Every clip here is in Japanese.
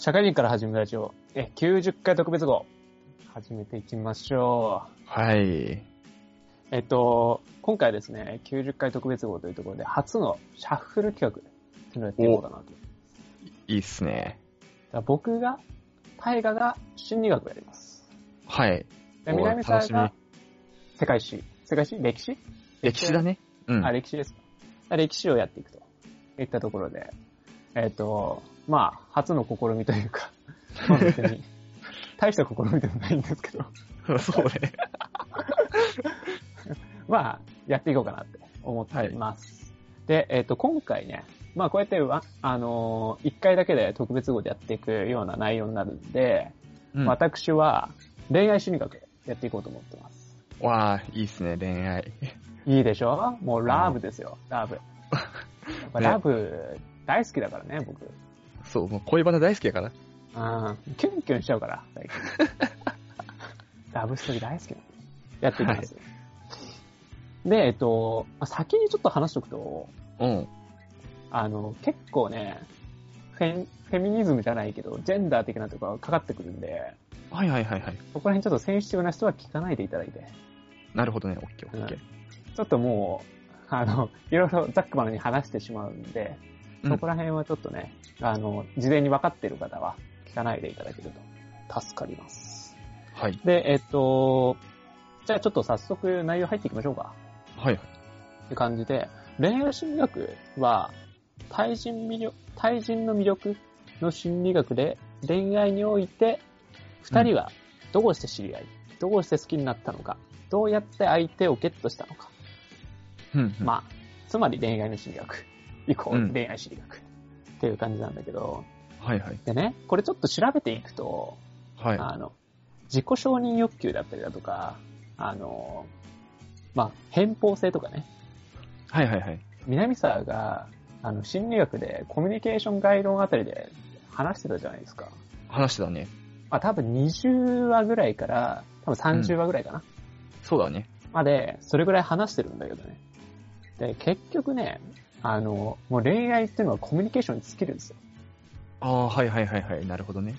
社会人から始めるラジオ、90回特別号、始めていきましょう。 はい。 今回ですね、90回特別号というところで、初のシャッフル企画っていうのをやっていこうかなと。 いいっすね。 僕が、大河が心理学をやります。 はい。 で南さんが世界史歴史歴史だね。うん。 歴史ですか。歴史をやっていくといったところで、まあ、初の試みというか、まあ別に、大した試みでもないんですけど。 そうね。 まあ、やっていこうかなって思っています。はい、で、今回ね、まあこうやって1回だけで特別号でやっていくような内容になるんで、私は恋愛心理学やっていこうと思ってます。 わあ、いいっすね、恋愛。 いいでしょ？もうラブですよ、ラブ。ラブ大好きだからね、僕。 そう、もう恋バナ大好きやから。 キュンキュンしちゃうから、最近。ラブストーリー大好きなの。やっていきます。はい、で、先にちょっと話しとくと、結構ね、フェミニズムじゃないけど、ジェンダー的なところがかかってくるんで、 はい。 ここら辺ちょっとセンシティブな人は聞かないでいただいて。 なるほどね、オッケー。 ちょっともう、いろいろざっくばらんに話してしまうんで、そこら辺はちょっとね、事前に分かっている方は聞かないでいただけると助かります。 はい。 で、じゃあちょっと早速内容入っていきましょうか。 はい。 って感じで、恋愛心理学は対人の魅力の心理学で恋愛において二人はどうして知り合い、どうして好きになったのか、どうやって相手をゲットしたのか。まあ、つまり恋愛の心理学イコール恋愛心理学っていう感じなんだけど、でね、これちょっと調べていくと、自己承認欲求だったりだとか、まあ、偏方性とかね。南沢が、心理学でコミュニケーション概論あたりで話してたじゃないですか。 話してたね。 まあ、多分20話ぐらいから、多分30話ぐらいかな。 そうだね。 まで、それぐらい話してるんだけどね。で、結局ね、もう恋愛っていうのはコミュニケーションに尽きるんですよ。 なるほどね。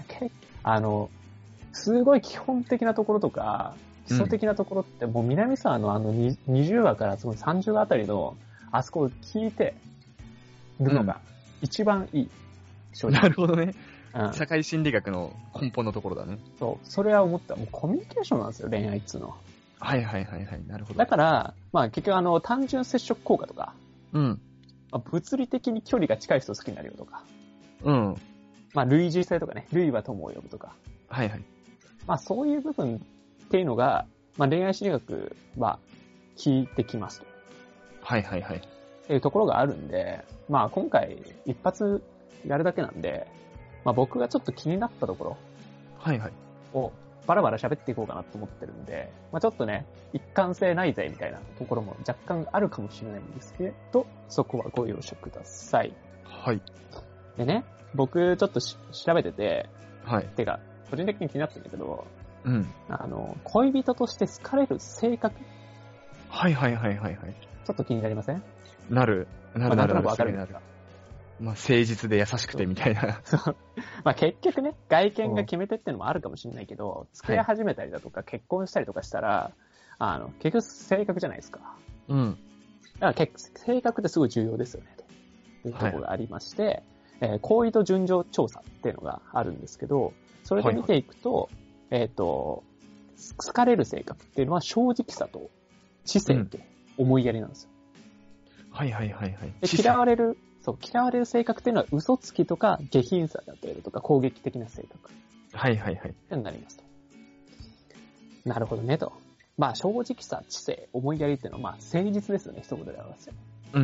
すごい基本的なところとか、基礎的なところって、もう南沢の20話からその30話あたりの、あそこを聞いてるのが一番いい。 なるほどね。社会心理学の根本のところだね。 そう。それは思った。もうコミュニケーションなんですよ、恋愛っつうのは。 なるほど。 だから、まあ結局単純接触効果とか、物理的に距離が近い人好きになるよとか、まあ類似性とかね、類は友を呼ぶとか。まあそういう部分っていうのが、まあ恋愛心理学は効いてきますと。っていうところがあるんで、まあ今回一発やるだけなんで、まあ僕がちょっと気になったところをバラバラ喋っていこうかなと思ってるんで、まあちょっとね、一貫性ないぜみたいなところも若干あるかもしれないんですけど、そこはご容赦ください。でね、僕ちょっと調べてて、てか、個人的に気になったんだけど、恋人として好かれる性格。ちょっと気になりません？ なる。 なんとなくわかるんですか？ まあ、誠実で優しくてみたいな。 そう。まあ結局ね、外見が決め手ってのもあるかもしれないけど、付き合い始めたりだとか、結婚したりとかしたら、結局性格じゃないですか。だから性格ってすごい重要ですよね。というところがありまして、恋人順序調査っていうのがあるんですけど、それで見ていくと、好かれる性格っていうのは正直さと知性と思いやりなんですよ。で嫌われる性格っていうのは嘘つきとか下品さだったりとか攻撃的な性格。ってなりますと。なるほどねと。まあ正直さ、知性、思いやりっていうのはまあ誠実ですよね、一言で表すよ。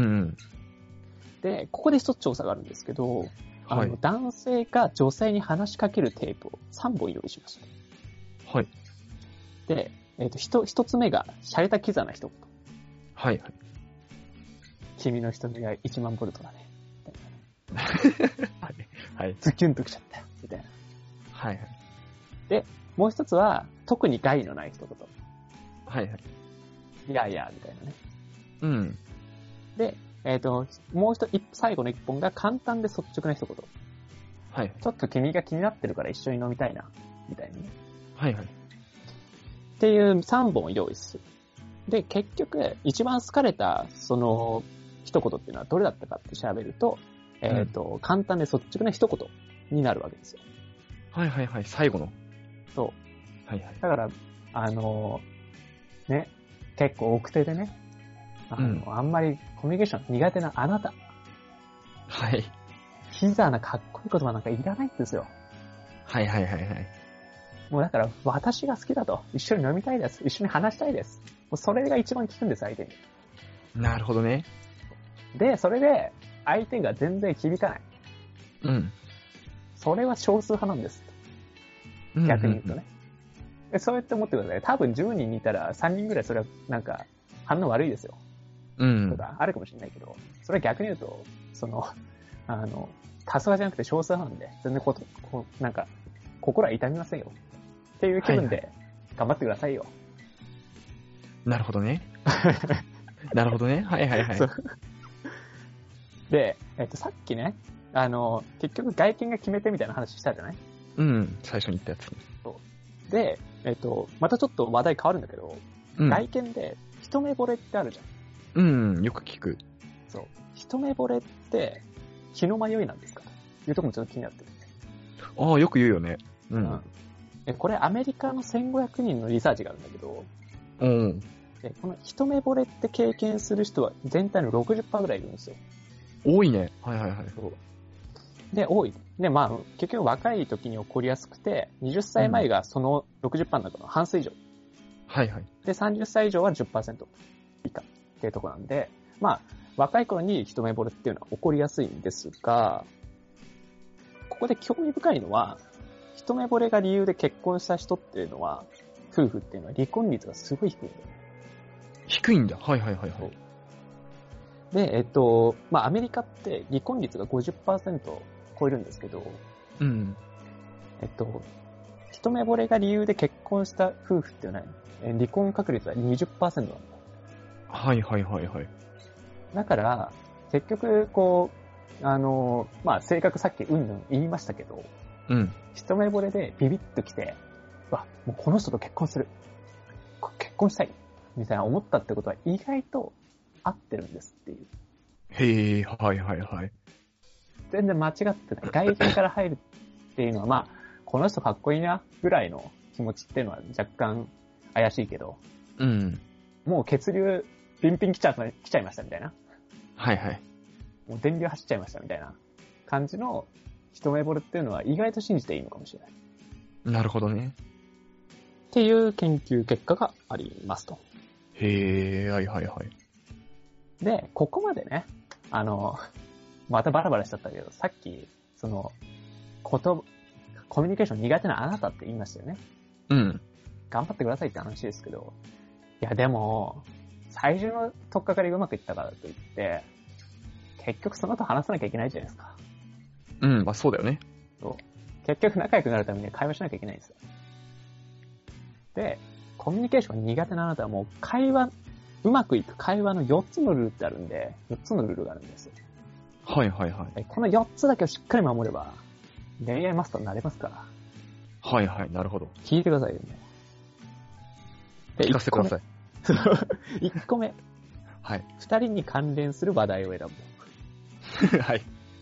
で、ここで一つ調査があるんですけど、男性が女性に話しかけるテープを3本用意しました。で、一つ目が、洒落たキザな一言。君の瞳は1万ボルトだね。ズキュンときちゃったよ。みたいな。で、もう一つは、特に害のない一言。いやいや、みたいなね。で、もう最後の一本が簡単で率直な一言。 はい。ちょっと君が気になってるから一緒に飲みたいな、みたいなね。 はいはい。 っていう3本を用意する。で、結局、一番好かれた、その、一言っていうのはどれだったかって調べると、簡単で率直な一言になるわけですよ。 はいはいはい。最後の。 そう。 はいはい。 だから、ね、結構奥手でね、あんまりコミュニケーション苦手なあなた。 はい。 キザなかっこいい言葉なんかいらないんですよ。 はいはいはいはい。 もうだから、私が好きだと。一緒に飲みたいです。一緒に話したいです。もうそれが一番効くんです、相手に。 なるほどね。 で、それで、相手が全然響かない。 うん。 それは少数派なんです。逆に言うとね。そうやって思ってください。多分10人いたら3人ぐらいそれはなんか反応悪いですよ。 うん。 とかあるかもしれないけど、それは逆に言うと、多数派じゃなくて少数派なんで、全然なんか、心は痛みませんよ。っていう気分で頑張ってくださいよ。 なるほどね。なるほどね。はいはいはい。 で、さっきね、結局外見が決め手みたいな話したじゃない？ うん、最初に言ったやつ。 そう。で、またちょっと話題変わるんだけど、外見で一目惚れってあるじゃん。うん、よく聞く。 そう。一目惚れって、気の迷いなんですかというところもちょっと気になってる。 ああ、よく言うよね。うん。 これアメリカの1500人のリサーチがあるんだけど、 うん。 この一目惚れって経験する人は全体の 60% ぐらいいるんですよ。 多いね。はいはいはい。 で、多い。で、まあ、結局若い時に起こりやすくて、20歳前がその 60% の中の半数以上。 はいはい。 で、30歳以上は 10% 以下っていうところなんで、まあ、若い頃に一目惚れっていうのは起こりやすいんですが、ここで興味深いのは、一目惚れが理由で結婚した人っていうのは、夫婦っていうのは離婚率がすごい低いんだよね。 低いんだ。はいはいはいはい。 で、まあ、アメリカって離婚率が 50% 超えるんですけど、 うん。 一目惚れが理由で結婚した夫婦っていうのは、離婚確率は 20% なんだ。 はいはいはいはい。 だから、結局、まあ、性格さっきうんぬん言いましたけど、 うん。 一目惚れでビビッときて、もうこの人と結婚する。結婚したい。みたいな思ったってことは意外と合ってるんですっていう。 へえ、はいはいはい。 全然間違ってない。外見から入るっていうのは、まあ、この人かっこいいな、ぐらいの気持ちっていうのは若干怪しいけど、 うん。 もう血流、ピンピン来ちゃいましたみたいな。 はいはい。 もう電流走っちゃいましたみたいな感じの一目惚れっていうのは意外と信じていいのかもしれない。なるほどね。 っていう研究結果がありますと。 へー、はいはいはい。 で、ここまでね、またバラバラしちゃったけど、さっき、コミュニケーション苦手なあなたって言いましたよね。 うん。 頑張ってくださいって話ですけど、いやでも、最初の取っかかりがうまくいったからといって、結局その後話さなきゃいけないじゃないですか。 うん、まあそうだよね。 そう。結局仲良くなるためには会話しなきゃいけないんですよ。で、コミュニケーション苦手なあなたはもううまくいく会話の4つのルールってあるんで、4つのルールがあるんですよ。 はいはいはい。 この4つだけをしっかり守れば、恋愛マスターになれますから。 はいはい、なるほど。 聞いてくださいよね。 聞かせてください。 1個目。 はい。 2人に関連する話題を選ぶ。はい。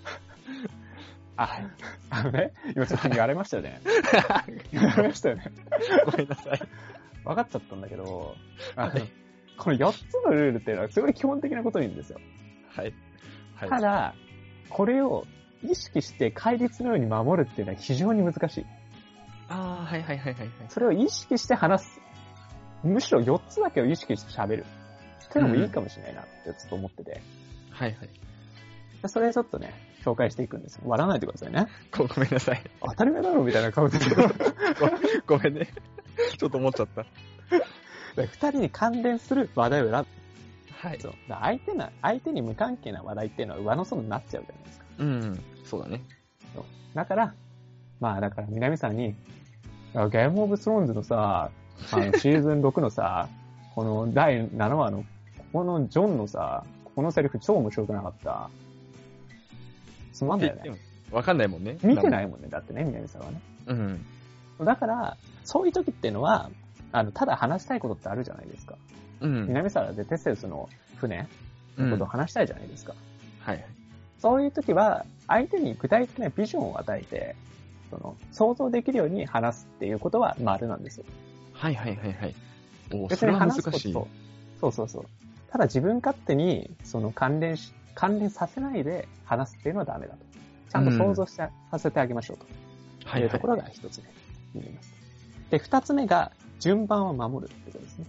今ちょっと言われましたよね。言われましたよね。 ごめんなさい。 分かっちゃったんだけど、この4つのルールっていうのはすごい基本的なことなんですよ。 はい。はい、 ただ、これを意識して戒律のように守るっていうのは非常に難しい。 ああ、はいはいはいはい。 それを意識して話す。むしろ4つだけを意識して喋る。っていうのもいいかもしれないなってちょっと思ってて。 はいはい。 それちょっとね、紹介していくんですよ。笑わないでくださいね。 ごめんなさい。 当たり前だろみたいな顔で。 ごめんね。ちょっと思っちゃった。 2人に関連する話題を選ぶ。 はい。 そう。相手に無関係な話題っていうのは上の空になっちゃうじゃないですか。 うん。そうだね。 そう。だから南さんに、ゲームオブスローンズのさ、シーズン6のさ、この第7話の、ここのジョンのさ、このセリフ超面白くなかった。つまんだよね。 わかんないもんね。 見てないもんね。だってね、南さんはね。うん。だから、そういう時っていうのは、ただ話したいことってあるじゃないですか。うん。南沢でテセウスの船のことを話したいじゃないですか。はい。そういう時は、相手に具体的なビジョンを与えて、想像できるように話すっていうことは丸なんですよ。 はいはいはいはい。 別に話すことと、そうそうそう。ただ自分勝手に、関連させないで話すっていうのはダメだと。ちゃんと想像させてあげましょうと。いうところが一つ目になります。で、二つ目が、順番を守るってことですね。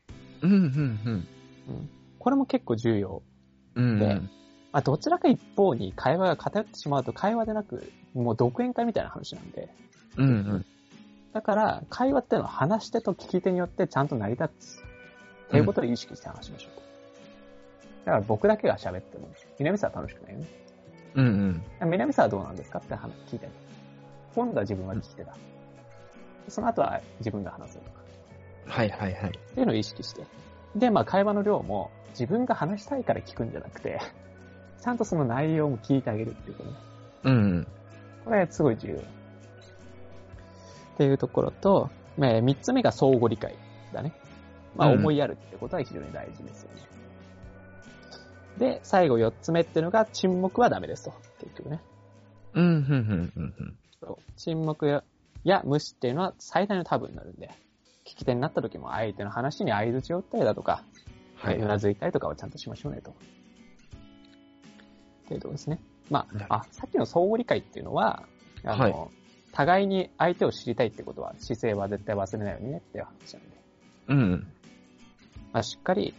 これも結構重要。で、どちらか一方に会話が偏ってしまうと会話でなく、もう独演会みたいな話なんで。だから、会話っていうのは話し手と聞き手によってちゃんと成り立つ。っていうことを意識して話しましょうと。だから僕だけが喋っても、南沢は楽しくないよね。南沢はどうなんですかって聞いて。今度は自分は聞き手だ。その後は自分が話すとか。はいはいはい。っていうのを意識して。で、会話の量も自分が話したいから聞くんじゃなくて、ちゃんとその内容も聞いてあげるっていうことね。これすごい重要。っていうところと、三つ目が相互理解だね。思いやるってことは非常に大事ですよね。で、最後四つ目っていうのが沈黙はダメですと。結局ね。沈黙や無視っていうのは最大のタブーになるんで、聞き手になった時も相手の話に相槌を打ったりだとか、うなずいたりとかはちゃんとしましょうねと。っていうところですね。さっきの相互理解っていうのは、互いに相手を知りたいってことは姿勢は絶対忘れないようにねっていう話なんで。しっかり、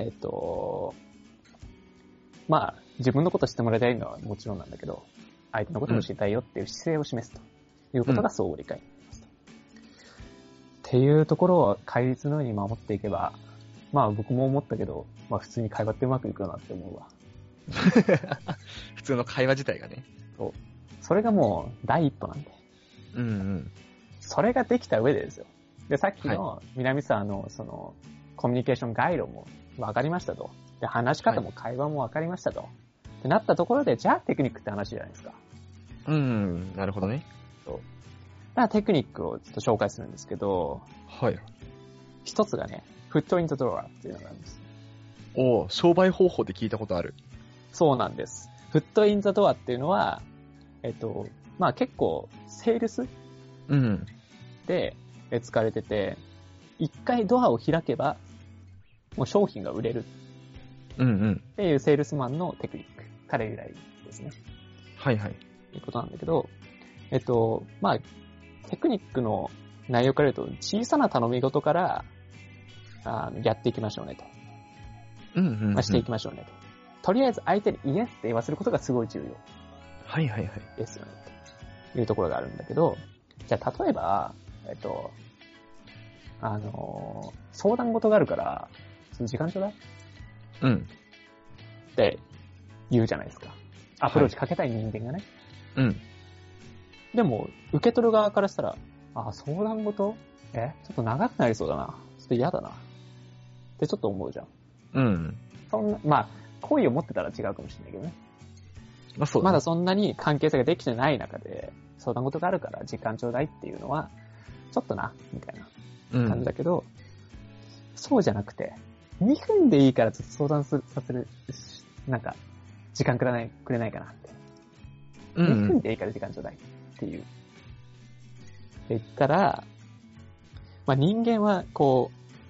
自分のことを知ってもらいたいのはもちろんなんだけど、相手のことも知りたいよっていう姿勢を示すということが相互理解になりますと。っていうところを戒律のように守っていけば、僕も思ったけど、普通に会話ってうまくいくよなって思うわ。 普通の会話自体がね。 そう。それがもう第一歩なんで。それができた上でですよ。で、さっきの南沢のコミュニケーション概論も分かりましたと。で、話し方も会話も分かりましたと。ってなったところで、じゃあテクニックって話じゃないですか。 なるほどね。 そう。だからテクニックをちょっと紹介するんですけど、一つがね、フットインザドアっていうのがあるんです。 商売方法で聞いたことある。 そうなんです。フットインザドアっていうのは、結構、セールスで使われてて、一回ドアを開けば、もう商品が売れる。っていうセールスマンのテクニック。彼由来ですね。ということなんだけど、テクニックの内容から言うと、小さな頼み事から、やっていきましょうねと。していきましょうねと。とりあえず相手にイエスって言わせることがすごい重要。ですよね。というところがあるんだけど、じゃあ例えば、相談事があるから、その時間ちょうだいって言うじゃないですか。アプローチかけたい人間がね。でも、受け取る側からしたら、相談事ちょっと長くなりそうだな。ちょっと嫌だな。ってちょっと思うじゃん。そんな、好意を持ってたら違うかもしれないけどね。まだそんなに関係性ができてない中で、相談事があるから時間ちょうだいっていうのは、ちょっとな、みたいな感じだけど、そうじゃなくて、2分でいいからちょっと相談させる、時間くれないかなって。2分でいいから時間ちょうだいっていう。って言ったら、人間は好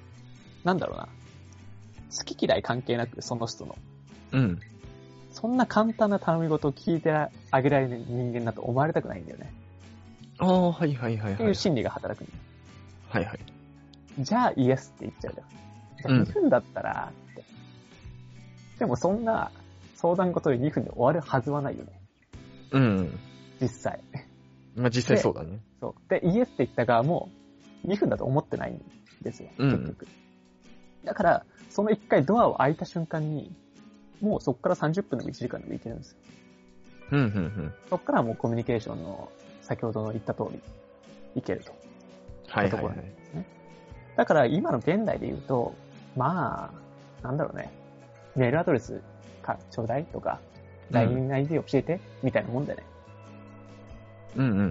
き嫌い関係なくその人の。そんな簡単な頼み事を聞いてあげられる人間だと思われたくないんだよね。っていう心理が働くんだよ。じゃあイエスって言っちゃうじゃん。じゃあ2分だったらって。でもそんな相談事で2分で終わるはずはないよね。実際。 実際そうだね。 そう。で、イエスって言った側も2分だと思ってないんですよ。結局。だから、その1回ドアを開いた瞬間に、もうそこから30分でも1時間でもいけるんですよ。そこからもうコミュニケーションの先ほどの言った通りいけると。ところなんですね。だから今の現代で言うと、メールアドレスちょうだいとか、LINE ID 教えてみたいなもんでね。 うんうんうん。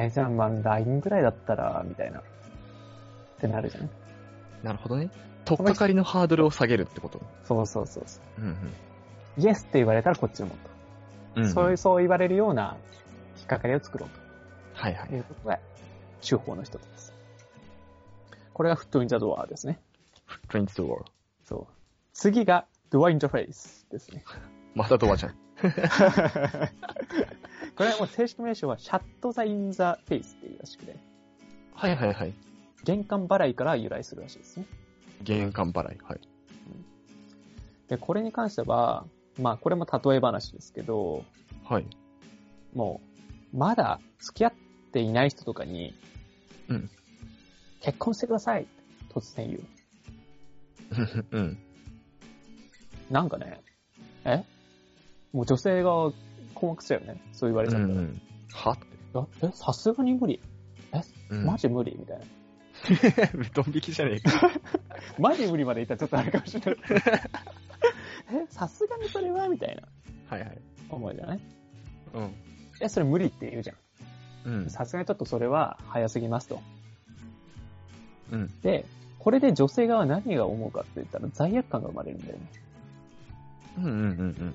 じゃあまあ LINE ぐらいだったら、みたいな。ってなるじゃん。 なるほどね。とっかかりのハードルを下げるってこと。 そうそうそうそう。 うんうん。 イエスって言われたらこっちのもと。うんうん、そう言われるような引っかかりを作ろうと。 はいはい。 いうことが手法の一つです。これがフットインザドアですね。 フットインザドア。 そう。次がドアインターフェースですね。 またドアじゃん。これはもう正式名称はシャットザインザフェイスっていうらしくて。 はいはいはい。 玄関払いから由来するらしいですね。 玄関払い。はい。 で、これに関しては、まあこれも例え話ですけど、 はい。 もう、まだ付き合っていない人とかに、 うん。 結婚してくださいって突然言う。うん。 なんかね、もう女性が困惑しちゃうよね。そう言われちゃったら。うんうん、 はって。 さすがに無理。マジ無理みたいな。 ドン引きじゃねえか。 マジ無理まで言ったらちょっとあるかもしれない。さすがにそれはみたいな。 はいはい。 思いじゃない？ うん。 それ無理って言うじゃん。 うん。 さすがにちょっとそれは早すぎますと。 うん。 で、これで女性側は何が思うかって言ったら罪悪感が生まれるんだよね。 うんうんうんうん。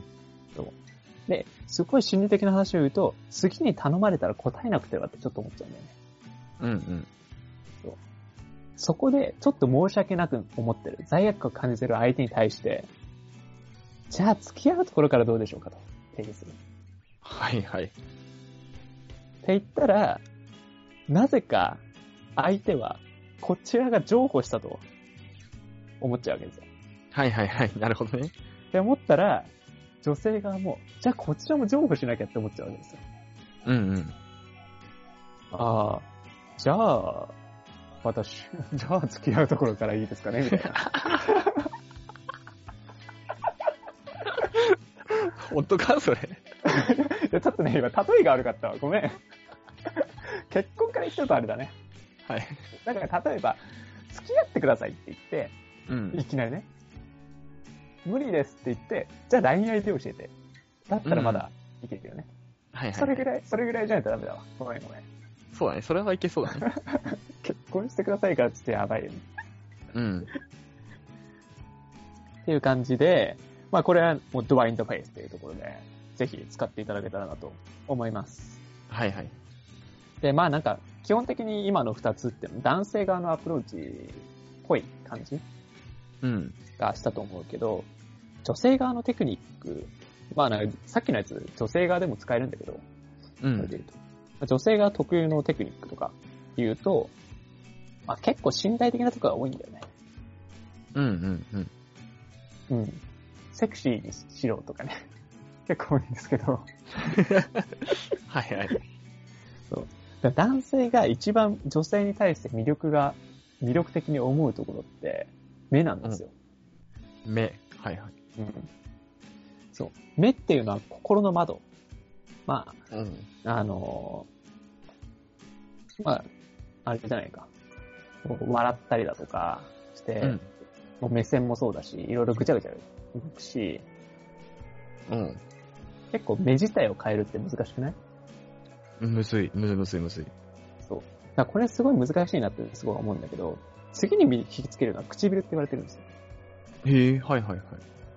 そう。で、すごい心理的な話を言うと、次に頼まれたら答えなくてはってちょっと思っちゃうんだよね。 うんうん。 そう。そこで、ちょっと申し訳なく思ってる。罪悪感を感じてる相手に対して、じゃあ付き合うところからどうでしょうかと提示する。 はいはい。って言ったら、なぜか相手はこちらが譲歩したと思っちゃうわけですよ。 はいはいはい。なるほどね。 って思ったら、女性側も、じゃあこちらも譲歩しなきゃって思っちゃうわけですよ。 うんうん。 ああ、じゃあ、じゃあ付き合うところからいいですかねみたいな。 本当かそれ。 ちょっとね、今、例えが悪かったわ。ごめん。結婚から言っちゃうとあれだね。 はい。 だから例えば、付き合ってくださいって言って、 うん、 いきなりね、無理ですって言って、じゃあ LINE 相手教えて。だったらまだいけるよね。 はいはい。 それぐらいじゃないとダメだわ。ごめん。 そうだね。それはいけそうだね。 結婚してくださいからちょっとやばいよね。 うん。 っていう感じで、まあこれはもうドアインドフェイスというところで、ぜひ使っていただけたらなと思います。 はいはい。 で、まあなんか、基本的に今の2つって男性側のアプローチっぽい感じがしたと思うけど、女性側のテクニック、まあなんかさっきのやつ女性側でも使えるんだけど、 うん、 それで言うと女性側特有のテクニックとか言うと、まあ結構身体的なところが多いんだよね。 うんうんうん。 うん。セクシーにしろとかね。結構多いんですけど。 はいはい。 そう。男性が一番女性に対して魅力的に思うところって目なんですよ。 うん、目。はいはい。 うん。そう。目っていうのは心の窓。まあ、 うん、 まあ、あれじゃないか。笑ったりだとかして、もう目線もそうだし、いろいろぐちゃぐちゃ動くし、結構目自体を変えるって難しくない？ むずい。 そう。だからこれすごい難しいなってすごい思うんだけど、次に引きつけるのは唇って言われてるんですよ。 へえ、はいはいはい。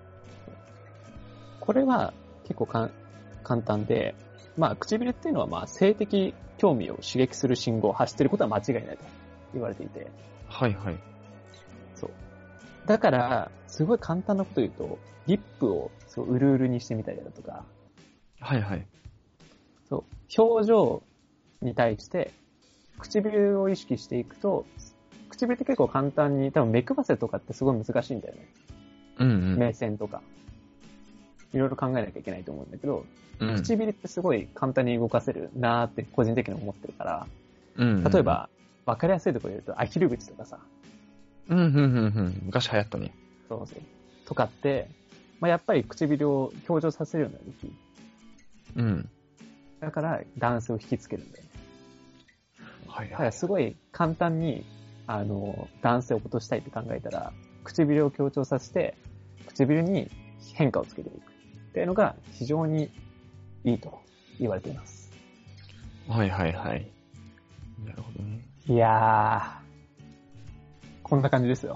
これは結構簡単で、まあ唇っていうのはまあ性的興味を刺激する信号を発していることは間違いないと言われていて。 はいはい。 そう。だから、すごい簡単なこと言うと、リップをうるうるにしてみたりだとか。 はいはい。 そう。表情に対して唇を意識していくと、唇って結構簡単に、多分目配せとかってすごい難しいんだよね。 うんうん。 目線とか。いろいろ考えなきゃいけないと思うんだけど、唇ってすごい簡単に動かせるなーって個人的に思ってるから、例えば、わかりやすいところで言うと、アヒル口とかさ。 昔流行ったね。 そうそう。とかって、まあ、やっぱり唇を表情させるような動き。 うん。 だから、男性を引きつけるんだよね。 はいはい。 だからすごい簡単に、男性を落としたいって考えたら、唇を強調させて、唇に変化をつけていく。っていうのが非常にいいと言われています。 はいはいはい。なるほどね。 いやー、こんな感じですよ。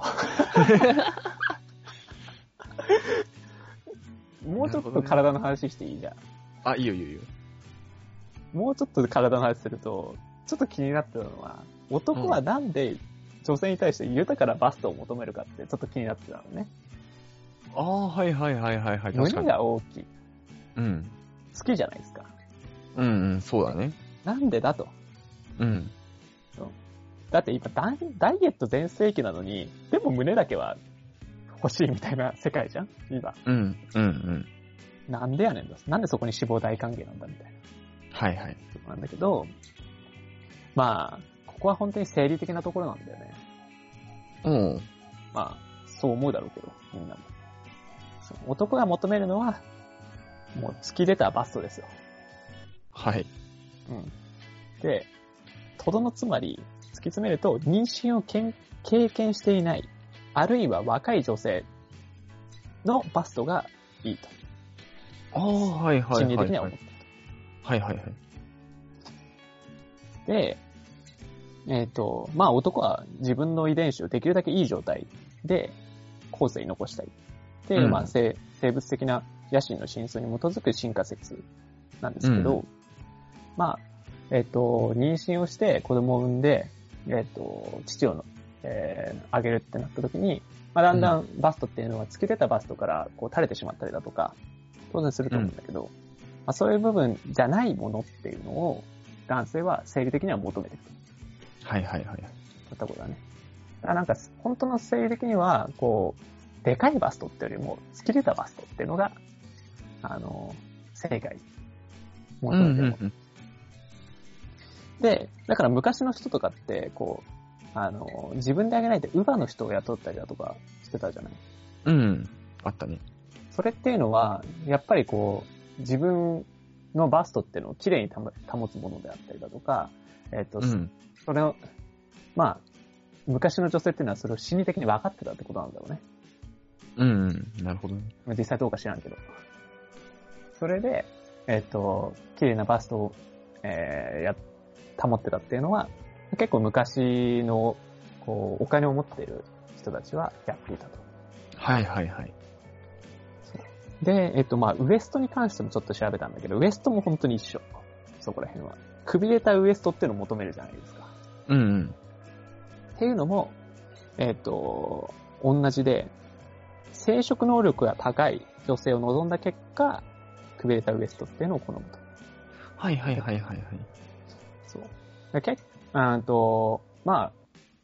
もうちょっと体の話していいじゃん。 あ、いいよいいよいいよ。 もうちょっと体の話すると、ちょっと気になってたのは、男はなんで女性に対して豊かなバストを求めるかってちょっと気になってたのね。 ああ、はいはいはいはいはい。 胸が大きい。 うん。 好きじゃないですか。 うんうん、そうだね。 なんでだと。 うん。 だって今ダイエット全盛期なのに、でも胸だけは欲しいみたいな世界じゃん今。 うん、うん、うん。 なんでやねんだ。なんでそこに脂肪大歓迎なんだみたいな。 はいはい。 そうなんだけど、まあ、ここは本当に生理的なところなんだよね。 うん。 まあ、そう思うだろうけど、みんなも。男が求めるのは、もう突き出たバストですよ。 はい。 うん。で、とどのつまり、突き詰めると、妊娠を経験していない、あるいは若い女性のバストがいいと。 ああ、はいはいはい。 心理的には思っていると。はいはいはい。 で、まあ男は自分の遺伝子をできるだけいい状態で後世に残したい。で、まあ生物的な野心の真相に基づく進化説なんですけど、まあ、妊娠をして子供を産んで、父をあげるってなった時に、まあ、だんだんバストっていうのは突き出たバストからこう垂れてしまったりだとか、当然すると思うんだけど、まあ、そういう部分じゃないものっていうのを男性は生理的には求めていると。 はいはいはい。 だったことだね。だからなんか本当の生理的には、こう、でかいバストってよりも突き出たバストっていうのが、正解。求めてるもの。で、だから昔の人とかって、こう、自分であげないで乳母の人を雇ったりだとかしてたじゃない？ うん。あったね。 それっていうのは、やっぱりこう、自分のバストっていうのをきれいに保つものであったりだとか、それを、まあ、昔の女性っていうのはそれを心理的に分かってたってことなんだろうね。 うん、なるほどね。 実際どうか知らんけど。それで、きれいなバストを、保ってたっていうのは、結構昔の、こう、お金を持っている人たちはやっていたと。 はいはいはい。 で、まあ、ウエストに関してもちょっと調べたんだけど、ウエストも本当に一緒。そこら辺は。くびれたウエストっていうのを求めるじゃないですか。 うんうん。 っていうのも、同じで、生殖能力が高い女性を望んだ結果、くびれたウエストっていうのを好むと。 はいはいはいはいはい。 そう。まあ、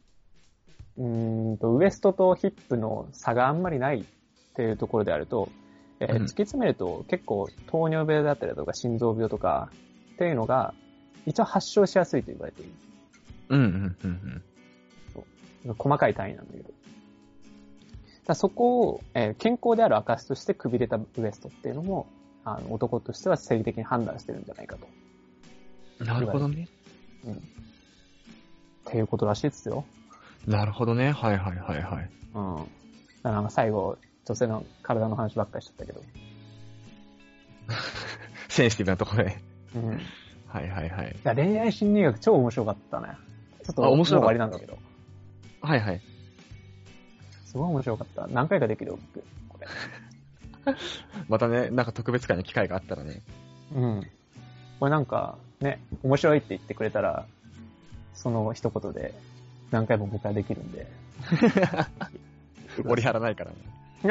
ウエストとヒップの差があんまりないっていうところであると、突き詰めると結構糖尿病だったりだとか心臓病とかっていうのが一応発症しやすいと言われている。 うんうんうんうん。 そう細かい単位なんだけど。だそこを、健康である証としてくびれたウエストっていうのも男としては生理的に判断してるんじゃないかと。 なるほどね。 うん。っていうことらしいですよ。 なるほどね。はいはいはいはい。 うん。だからなんか最後、女性の体の話ばっかりしちゃったけど。 センシティブなところで。 うん。 はいはいはい。 恋愛心理学超面白かったね。ちょっと面白い終わりなんだけど。 はいはい。 すごい面白かった。何回かできるよ、僕。これ。 またね、なんか特別会の機会があったらね。 うん。これなんか、ね、面白いって言ってくれたら、その一言で何回も僕はできるんで。 折り張らないからね。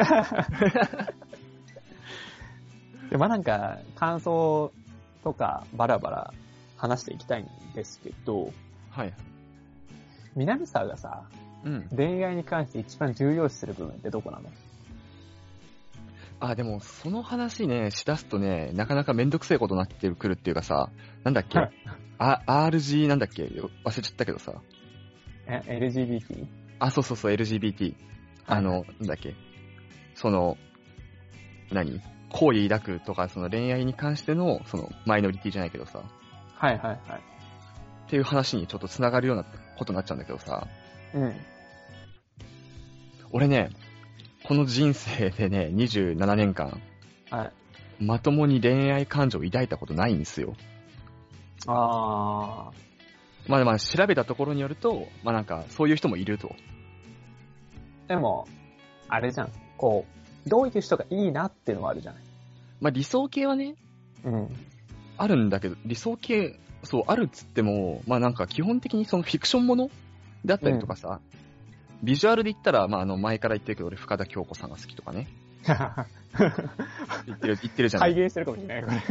で、まあなんか、感想とかバラバラ話していきたいんですけど、 はい。 南沢がさ、恋愛に関して一番重要視する部分ってどこなの？ でも、その話ね、しだすとね、なかなかめんどくせえことになってくるっていうかさ、なんだっけRG なんだっけ忘れちゃったけどさ。 LGBT？ そうそうそう、LGBT。なんだっけ好意抱くとか、その恋愛に関しての、その、マイノリティじゃないけどさ。 はいはいはい。 っていう話にちょっと繋がるようなことになっちゃうんだけどさ。 うん。 俺ね、この人生でね、27年間、 はい。 まともに恋愛感情を抱いたことないんですよ。 ああ。 まあ調べたところによると、まあなんかそういう人もいると。 でも、あれじゃん。こう、どういう人がいいなっていうのはあるじゃない。 まあ理想系はね、 うん。 あるんだけど、理想系、そう、あるっつっても、まあなんか基本的にそのフィクションものだったりとかさ、ビジュアルで言ったら、まあ前から言ってるけど、俺深田恭子さんが好きとかね。言ってるじゃない。 再現してるかもしれない、これ。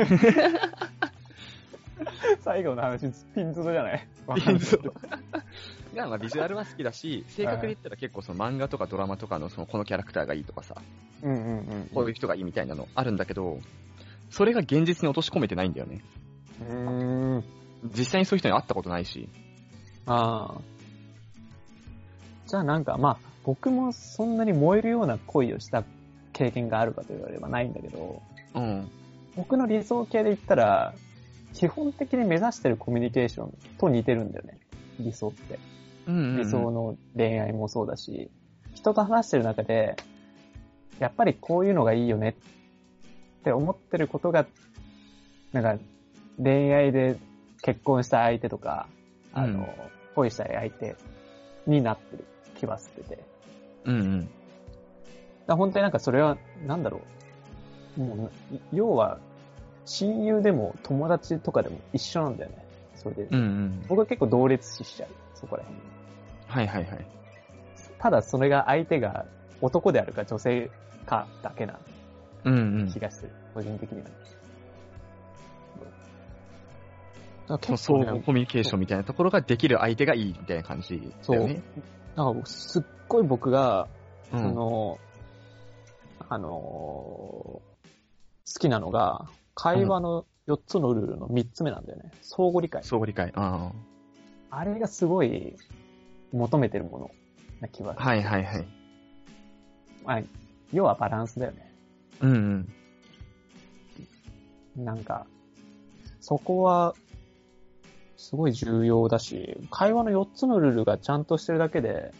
最後の話、ピンズドじゃない？ ピンズド。が、まあビジュアルは好きだし、性格で言ったら結構その漫画とかドラマとかのそのこのキャラクターがいいとかさ、こういう人がいいみたいなのあるんだけど、それが現実に落とし込めてないんだよね。実際にそういう人に会ったことないし。 ああ。じゃあなんか、まあ、僕もそんなに燃えるような恋をした経験があるかと言われればないんだけど、僕の理想系で言ったら、基本的に目指してるコミュニケーションと似てるんだよね。理想って。理想の恋愛もそうだし、人と話してる中で、やっぱりこういうのがいいよねって思ってることが、なんか恋愛で結婚した相手とか、恋したい相手になってる気はしてて。本当になんかそれは、なんだろう。もう、要は、親友でも友達とかでも一緒なんだよね。それで。僕は結構同列視しちゃう。そこら辺。ただそれが相手が男であるか女性かだけな気がする。個人的には。そういうコミュニケーションみたいなところができる相手がいいみたいな感じだよね。 そう。なんかすっごい僕が、好きなのが、会話の4つのルールの3つ目なんだよね。相互理解。あれがすごい求めてるものな気はする。まあ、要はバランスだよね。なんか、そこは、すごい重要だし、会話の4つのルールがちゃんとしてるだけで、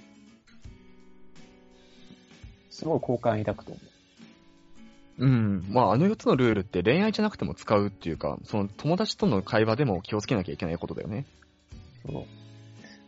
すごい好感抱くと思う。 まあ4つのルールって恋愛じゃなくても使うっていうか、その友達との会話でも気をつけなきゃいけないことだよね。 そう。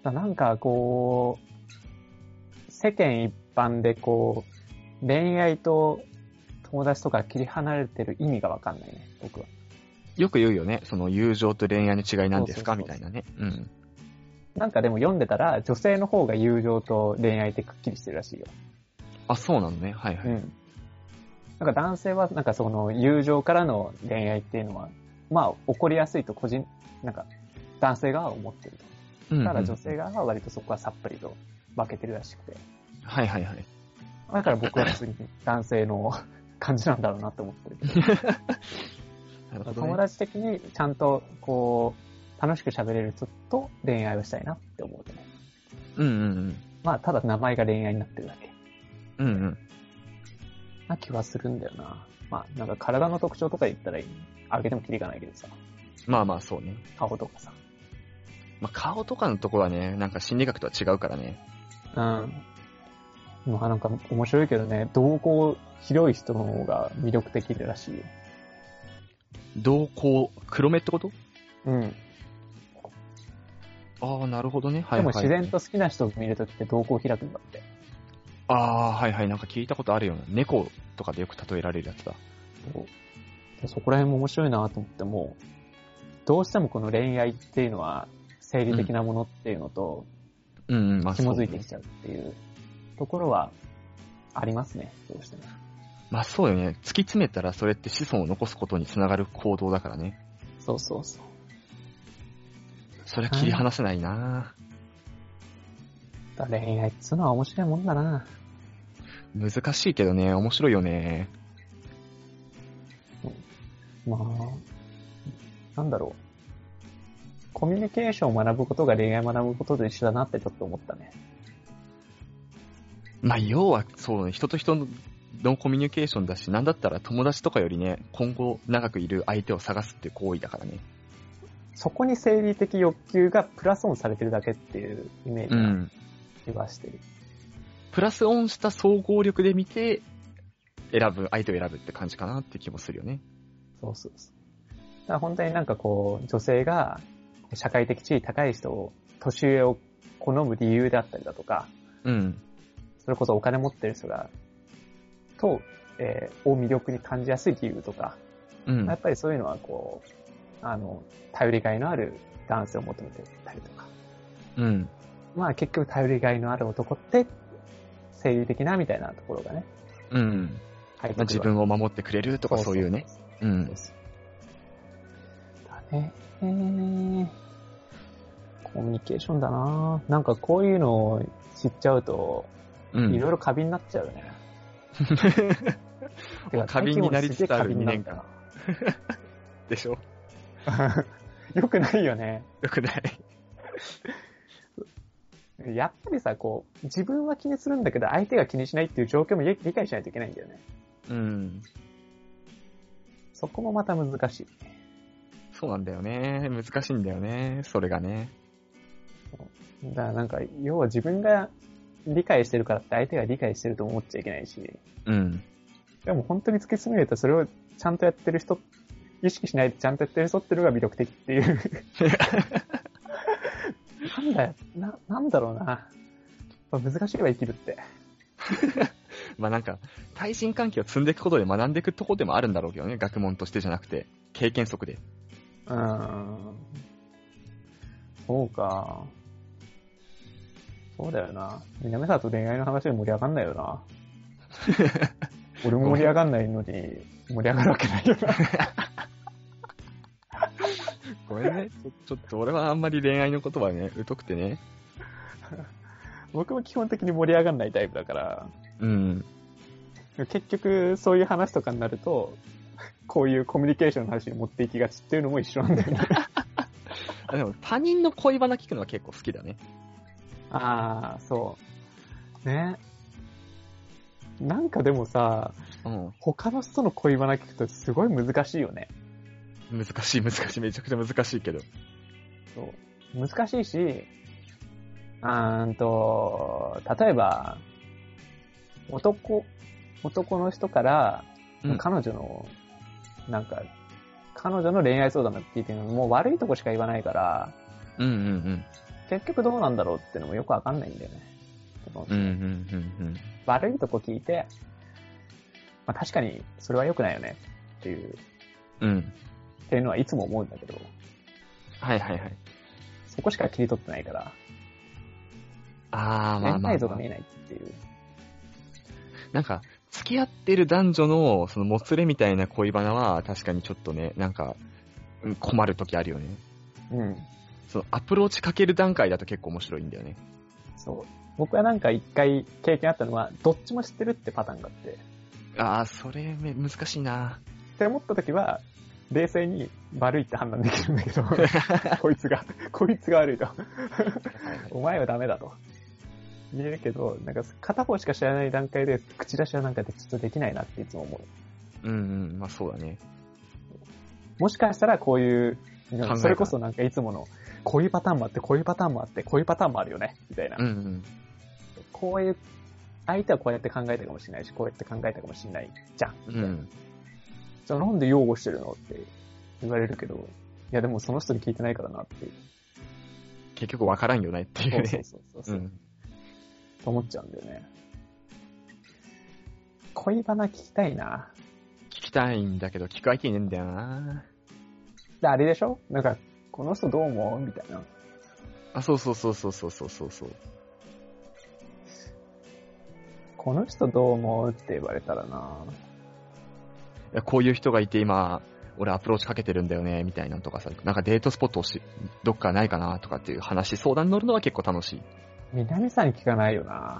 なんかこう、世間一般でこう、恋愛と友達とか切り離れてる意味がわかんないね、僕は。 よく言うよね。その友情と恋愛の違いなんですかみたいなね。 なんかでも読んでたら、女性の方が友情と恋愛ってくっきりしてるらしいよ。 あ、そうなのね。 なんか男性はなんかその友情からの恋愛っていうのは、まあ起こりやすいとなんか男性側は思ってると。ただ女性側は割とそこはさっぱりと分けてるらしくて。だから僕は普通に男性の感じなんだろうなって思ってるけど。友達的にちゃんとこう、楽しく喋れる人と恋愛をしたいなって思うね。まあただ名前が恋愛になってるだけ。な気はするんだよな。まあ、なんか体の特徴とか言ったらあげてもキリがないけどさ。 まあそうね。 顔とかさ。 まあ顔とかのところはね、なんか心理学とは違うからね。 まあなんか面白いけどね、瞳孔広い人の方が魅力的らしいよ。 瞳孔、黒目ってこと？ ああ、なるほどね。 でも自然と好きな人を見るときって瞳孔開くんだって。 なんか聞いたことあるような。猫とかでよく例えられるやつだ。 そこら辺も面白いなと思っても、どうしてもこの恋愛っていうのは生理的なものっていうのと、紐づいてきちゃうっていうところはありますね、どうしても。 まあそうよね。突き詰めたらそれって子孫を残すことにつながる行動だからね。 そう。 それは切り離せないな。 恋愛っつうのは面白いもんだな。 難しいけどね、面白いよね。 まあ、なんだろう。コミュニケーションを学ぶことが恋愛を学ぶことと一緒だなってちょっと思ったね。 まあ要はそうね、人と人のコミュニケーションだし、なんだったら友達とかよりね、今後長くいる相手を探すっていう行為だからね。 そこに生理的欲求がプラスオンされてるだけっていうイメージが言わしてる。 プラスオンした総合力で見て、相手を選ぶって感じかなって気もするよね。 そう。だから本当になんかこう、女性が社会的地位高い人を、年上を好む理由であったりだとか、うん。それこそお金持ってる人が、を魅力に感じやすい理由とか、うん。やっぱりそういうのはこう、頼りがいのある男性を求めてたりとか。うん。まあ結局頼りがいのある男って、生理的なみたいなところがね。うん。 はい。自分を守ってくれるとかそういうね。うん。 だね。コミュニケーションだな。なんかこういうのを知っちゃうと、いろいろ過敏になっちゃうよね。 過敏になりつつある2年間。でしょよくないよね。 よくない。 やっぱりさ、こう、自分は気にするんだけど、相手が気にしないっていう状況も理解しないといけないんだよね。うん。そこもまた難しい。 そうなんだよね。難しいんだよね。それがね。 だからなんか、要は自分が理解してるからって相手が理解してると思っちゃいけないし。うん。でも本当に突き詰めるとそれをちゃんとやってる人、意識しないでちゃんとやってる人っていうのが魅力的っていう。なんだろうな。難しいわ、生きるって。 まあなんか、対人関係を積んでいくことで学んでいくとこでもあるんだろうけどね。学問としてじゃなくて、経験則で。 そうか。そうだよな。南沢と恋愛の話で盛り上がんないよな。俺も盛り上がんないのに盛り上がるわけないよな。 ごめんね。ちょっと俺はあんまり恋愛のことはね、疎くてね。 僕も基本的に盛り上がんないタイプだから。うん。結局、そういう話とかになると、こういうコミュニケーションの話に持っていきがちっていうのも一緒なんだよね。 でも他人の恋バナ聞くのは結構好きだね。 ああ、そう。ね。なんかでもさ、うん、他の人の恋バナ聞くとすごい難しいよね。 難しい。めちゃくちゃ難しいけど。 そう。難しいし、例えば、男の人から、彼女の恋愛相談の聞いてるのもう悪いとこしか言わないから、結局どうなんだろうっていうのもよくわかんないんだよね。悪いとこ聞いて、まあ確かにそれは良くないよねっていう、っていうのはいつも思うんだけど、 はい。 そこしか切り取ってないから、恋愛像が見えないっていう。 なんか、付き合ってる男女の、そのもつれみたいな恋バナは、確かにちょっとね、なんか、困るときあるよね。うん。そのアプローチかける段階だと結構面白いんだよね。 そう。僕はなんか一回経験あったのは、どっちも知ってるってパターンがあって。 それ難しいなって思ったときは、冷静に悪いって判断できるんだけど、こいつが悪いと。お前はダメだと。言えるけど、なんか片方しか知らない段階で口出しはなんかちょっとできないなっていつも思う。まあそうだね。 もしかしたらこういう、それこそなんかいつもの、こういうパターンもあって、こういうパターンもあって、こういうパターンもあるよね、みたいな。こういう、相手はこうやって考えたかもしれないし、こうやって考えたかもしれないじゃん。じゃあなんで擁護してるのって言われるけど、いやでもその人に聞いてないからなって。 結局わからんよねっていうね。 そう。と思っちゃうんだよね。恋バナ聞きたいな。 聞きたいんだけど、聞く相手いねえんだよな。 あれでしょ？なんか、この人どう思う？みたいな。 そう。 この人どう思うって言われたらな。 いや、こういう人がいて今、俺アプローチかけてるんだよね、みたいなのとかさ、なんかデートスポットどっかないかなとかっていう話、相談に乗るのは結構楽しい。 南さんに聞かないよな。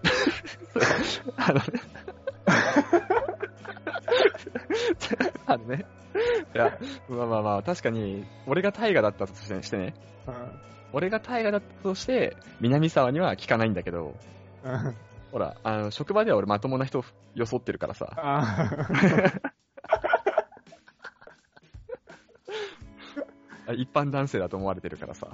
いや、まあ、確かに、俺が大河だったとしてね。俺が大河だったとして、南沢には聞かないんだけど、ほら、職場では俺まともな人を装ってるからさ。一般男性だと思われてるからさ。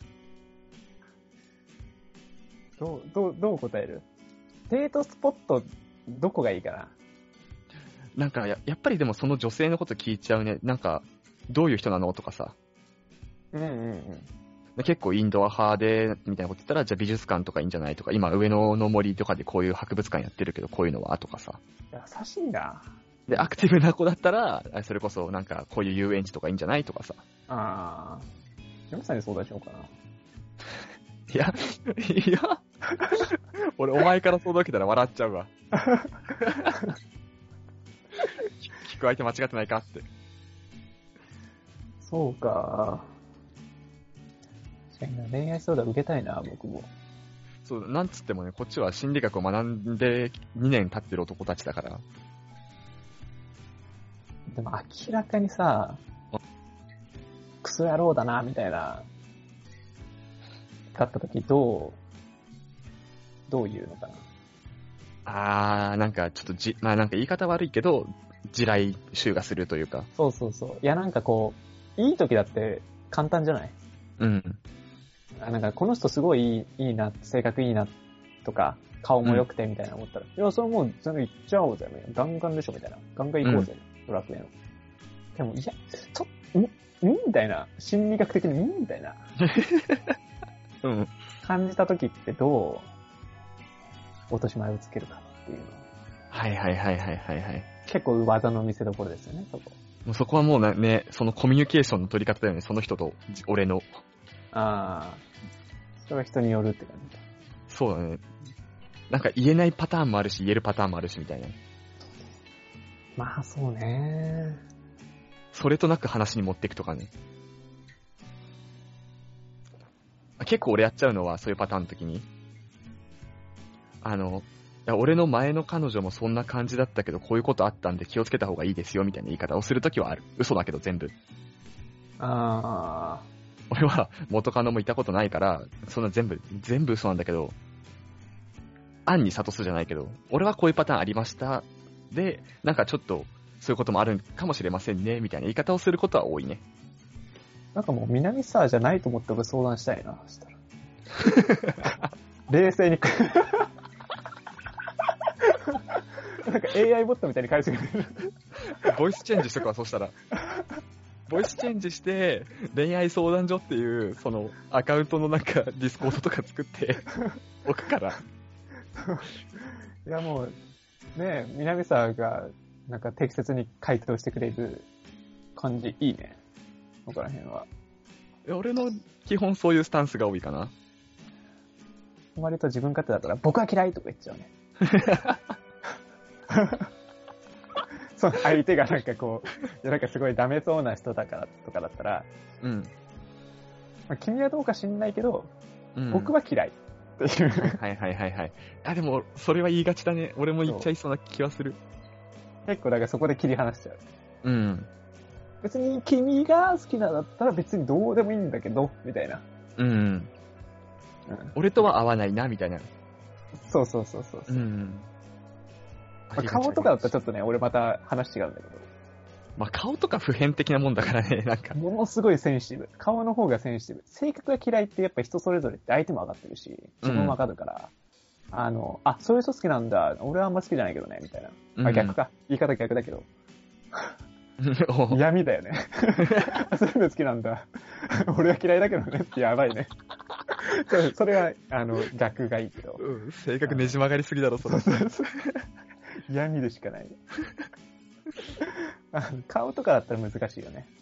どう答える？デートスポット、どこがいいかな？ なんかやっぱりでもその女性のこと聞いちゃうね。なんか、どういう人なのとかさ。 うんうんうん。 で結構インドア派で、みたいなこと言ったら、じゃあ美術館とかいいんじゃないとか、今上野の森とかでこういう博物館やってるけど、こういうのはとかさ。 優しいな。 で、アクティブな子だったら、それこそなんかこういう遊園地とかいいんじゃないとかさ。 ああ。山さんに相談しようかな。 いや、俺お前から相談受けたら笑っちゃうわ。聞く相手間違ってないかって。 そうか。恋愛相談受けたいな、僕も。 そう、なんつってもね、こっちは心理学を学んで2年経ってる男たちだから。 でも明らかにさ、クソ野郎だな、みたいな、勝った時どう言うのかな。 なんかちょっとまあなんか言い方悪いけど、地雷臭がするというか。 そうそうそう。いやなんかこう、いい時だって簡単じゃない？ うん。 なんかこの人すごいいいな、性格いいなとか、顔も良くてみたいな思ったら、いや、それもう全然行っちゃおうぜ、ガンガンでしょみたいな。ガンガン行こうぜ、ドラクエの。でも、いや、みたいな、心理学的にみたいな。 うん。 感じた時ってどう落とし前をつけるかっていうの。 はい。 結構技の見せ所ですよね、そこ。 もうそこはもうね、そのコミュニケーションの取り方だよね、その人と俺の。 ああ。それは人によるって感じ。 そうだね。なんか言えないパターンもあるし、言えるパターンもあるしみたいな。 まあそうね。 それとなく話に持っていくとかね。結構俺やっちゃうのはそういうパターンの時に。いや俺の前の彼女もそんな感じだったけど、こういうことあったんで気をつけた方がいいですよみたいな言い方をするときはある。嘘だけど全部。 ああ。 俺は元カノもいたことないから、そんな全部嘘なんだけど、暗に諭すじゃないけど、俺はこういうパターンありました。で、なんかちょっと、そういうこともあるかもしれませんね、みたいな言い方をすることは多いね。 なんかもう南沢じゃないと思って俺相談したいな、したら。冷静に。なんか AI ボットみたいに返してくれる。 ボイスチェンジしとくわ、そしたら。ボイスチェンジして、恋愛相談所っていう、その、アカウントのなんか、ディスコードとか作っておくから。 いやもう、ねえ、南沢が、なんか適切に回答してくれる感じ、いいね。ここら辺は。 俺の基本そういうスタンスが多いかな。 割と自分勝手だから、僕は嫌いとか言っちゃうね。その相手がなんかこう、なんかすごいダメそうな人だからとかだったら、 うん。 まあ、君はどうか知んないけど、 うん、 僕は嫌いっていう。 はい。あ、でも、それは言いがちだね。俺も言っちゃいそうな気はする。 結構だからそこで切り離しちゃう。 うん。 別に君が好きなだったら別にどうでもいいんだけど、みたいな。 うん。俺とは合わないな、みたいな。 そう。うん。まあ、顔とかだったらちょっとね、俺また話違うんだけど。 まあ、顔とか普遍的なもんだからね、なんか。 ものすごいセンシティブ。顔の方がセンシティブ。性格が嫌いってやっぱ人それぞれって相手も分かってるし、自分も分かるから、そういう人好きなんだ。俺はあんま好きじゃないけどね、みたいな。まあ、逆か。言い方逆だけど。闇だよね。そういうの好きなんだ。俺は嫌いだけどねってやばいね。それは、逆がいいけど。 性格ねじ曲がりすぎだろ、それ。 闇でしかない。顔とかだったら難しいよね。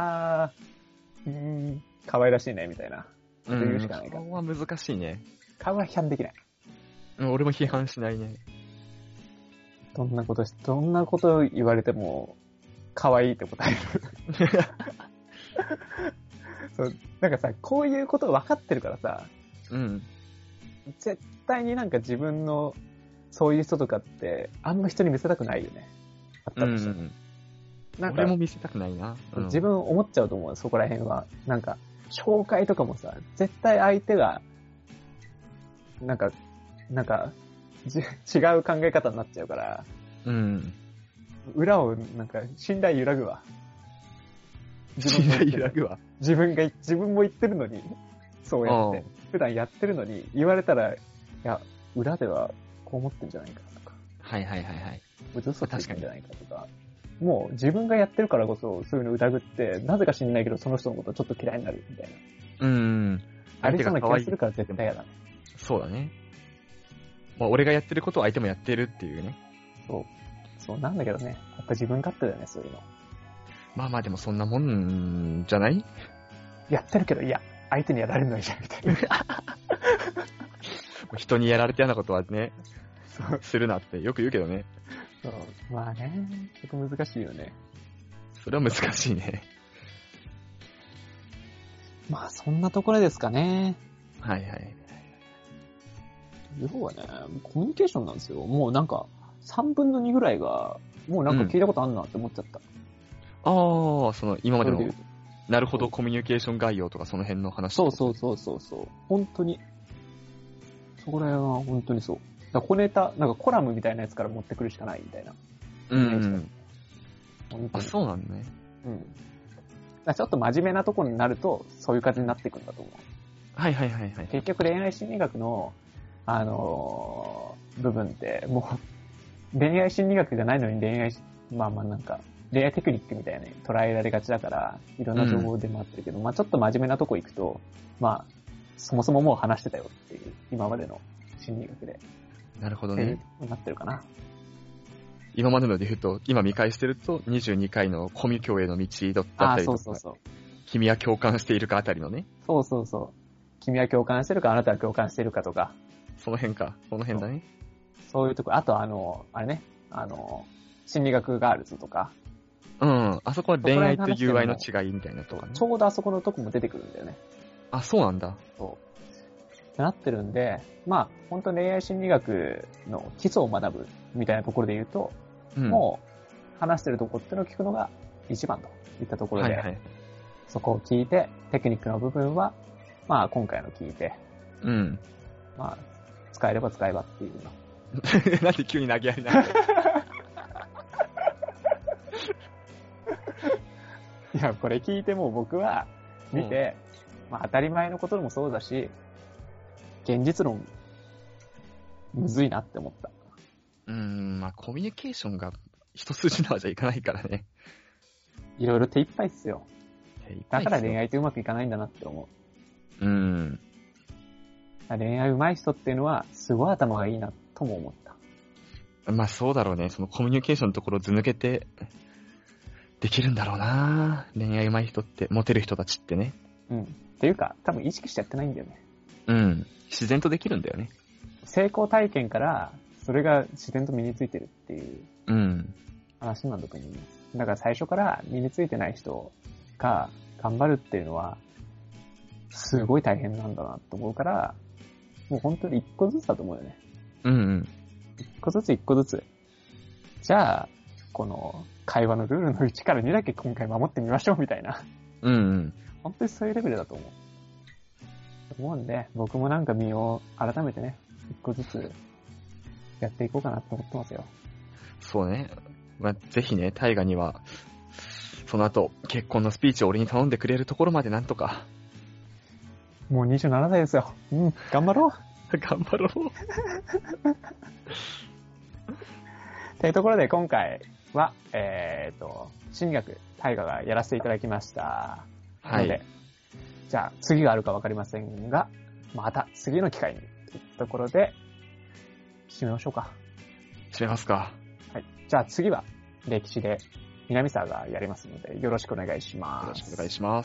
可愛らしいね、みたいな。そういうしかないから。 顔は難しいね。 顔は批判できない。 俺も批判しないね。 どんなこと言われても、可愛いって答える。そう、なんかさ、こういうことが分かってるからさ、 うん。 絶対になんか自分の、そういう人とかって、あんま人に見せたくないよね。あったとしても。 なんか俺も見せたくないな。 自分思っちゃうと思う、そこら辺は。なんか、紹介とかもさ、絶対相手が、なんか、違う考え方になっちゃうから、裏を、なんか、信頼揺らぐわ。 信頼揺らぐわ。 自分も言ってるのに、そうやって、普段やってるのに、言われたら、いや、裏ではこう思ってんじゃないかとか。 はい。 嘘ついてんじゃないかとか。 もう自分がやってるからこそそういうの疑って、なぜか知んないけどその人のことちょっと嫌いになるみたいな。ありそうな気がするから絶対嫌だ。 そうだね。まあ、俺がやってることを相手もやってるっていうね。 そうなんだけどね。やっぱ自分勝手だよね、そういうの。 まあまあでもそんなもんじゃない？ やってるけど、いや、相手にやられるのいいじゃん、みたいな。 人にやられて嫌なことはね、するなってよく言うけどね。 そう。まあね、そこ難しいよね。 それは難しいね。 まあそんなところですかね。 はいはい。 要はね、コミュニケーションなんですよ。もうなんか、3分の2ぐらいが、もうなんか聞いたことあんなって思っちゃった。 その今までの、なるほどコミュニケーション概要とかその辺の話。 そう。本当に。そこら辺は本当にそう。だから小ネタ、なんかコラムみたいなやつから持ってくるしかないみたいな。 そうなんね。 ちょっと真面目なところになると、そういう感じになっていくんだと思う。 はい。 結局恋愛心理学の、部分って、もう、恋愛心理学じゃないのになんか、恋愛テクニックみたいなね、捉えられがちだから、いろんな情報でもあってるけど、ちょっと真面目なとこ行くと、そもそももう話してたよっていう、今までの心理学で。 なるほどね。 なってるかな。 今までので言うと、今見返してると、22回のコミュ教への道だったりとか。 そう。 君は共感しているかあたりのね。 そう。君は共感してるか、あなたは共感しているかとか。 その辺だね。 そういうとこ、あとあれね、心理学ガールズとか。 あそこは恋愛と友愛の違いみたいなとかね。 ちょうどあそこのとこも出てくるんだよね。 そうなんだ。 そう。ってなってるんで、本当恋愛心理学の基礎を学ぶみたいなところで言うと、もう話してるとこってのを聞くのが一番といったところで、そこを聞いて、テクニックの部分は、今回の聞いて、使えれば使えばっていうの。 なんで急に投げやりなの？ いや、これ聞いても僕は見て、当たり前のことでもそうだし、現実論、むずいなって思った。 コミュニケーションが一筋縄じゃいかないからね。 いろいろ手一杯っすよ。だから恋愛ってうまくいかないんだなって思う。恋愛上手い人っていうのは、すごい頭がいいなとも思った。 そうだろうね。そのコミュニケーションのところを図抜けて、できるんだろうな。恋愛上手い人って、モテる人たちってね。 っていうか、多分意識してやってないんだよね。 自然とできるんだよね。 成功体験から、それが自然と身についてるっていう、話なんだと思います。だから最初から身についてない人が頑張るっていうのは、すごい大変なんだなと思うから、もう本当に一個ずつだと思うよね。一個ずつ。じゃあ、この会話のルールの1から2だけ今回守ってみましょうみたいな。本当にそういうレベルだと思うんで、僕もなんか身を改めてね、一個ずつやっていこうかなと思ってますよ。 そうね。ぜひね、大河には、その後、結婚のスピーチを俺に頼んでくれるところまでなんとか。 もう27歳ですよ。頑張ろう。 頑張ろう。 というところで今回は、心理学、大河がやらせていただきました。ので、じゃあ次があるかわかりませんが、また次の機会にというところで、締めましょうか。 締めますか。 はい。じゃあ次は歴史で南沢がやりますので、よろしくお願いします。 よろしくお願いします。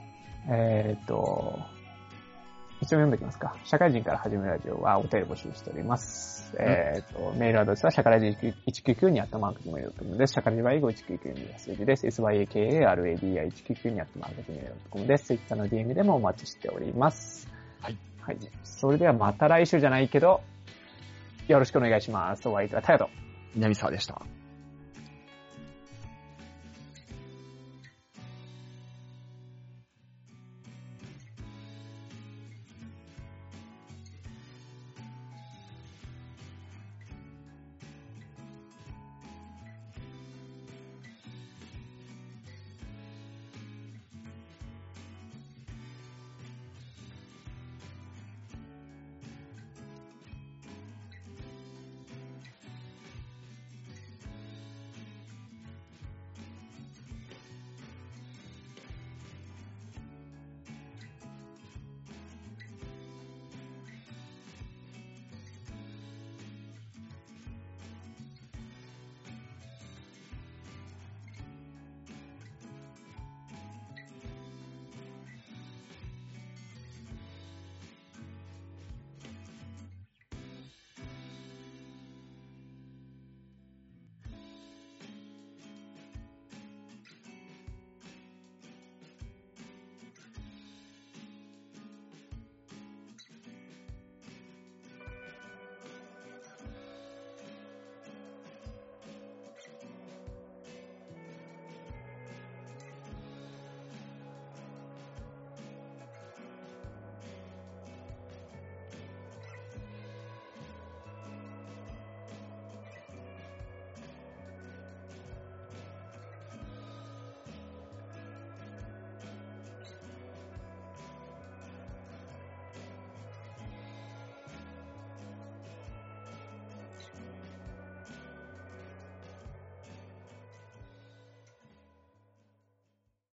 一応読んでおきますか。社会人から始めるラジオはお便り募集しております。メールアドレスはシャカラジ199に@gmail.com です。シャカラジは英語199に数字です。SYAKARADI199に@gmail.com です。Twitter の DM でもお待ちしております。はい。それではまた来週じゃないけど、よろしくお願いします。お相手はタヤと南沢でした。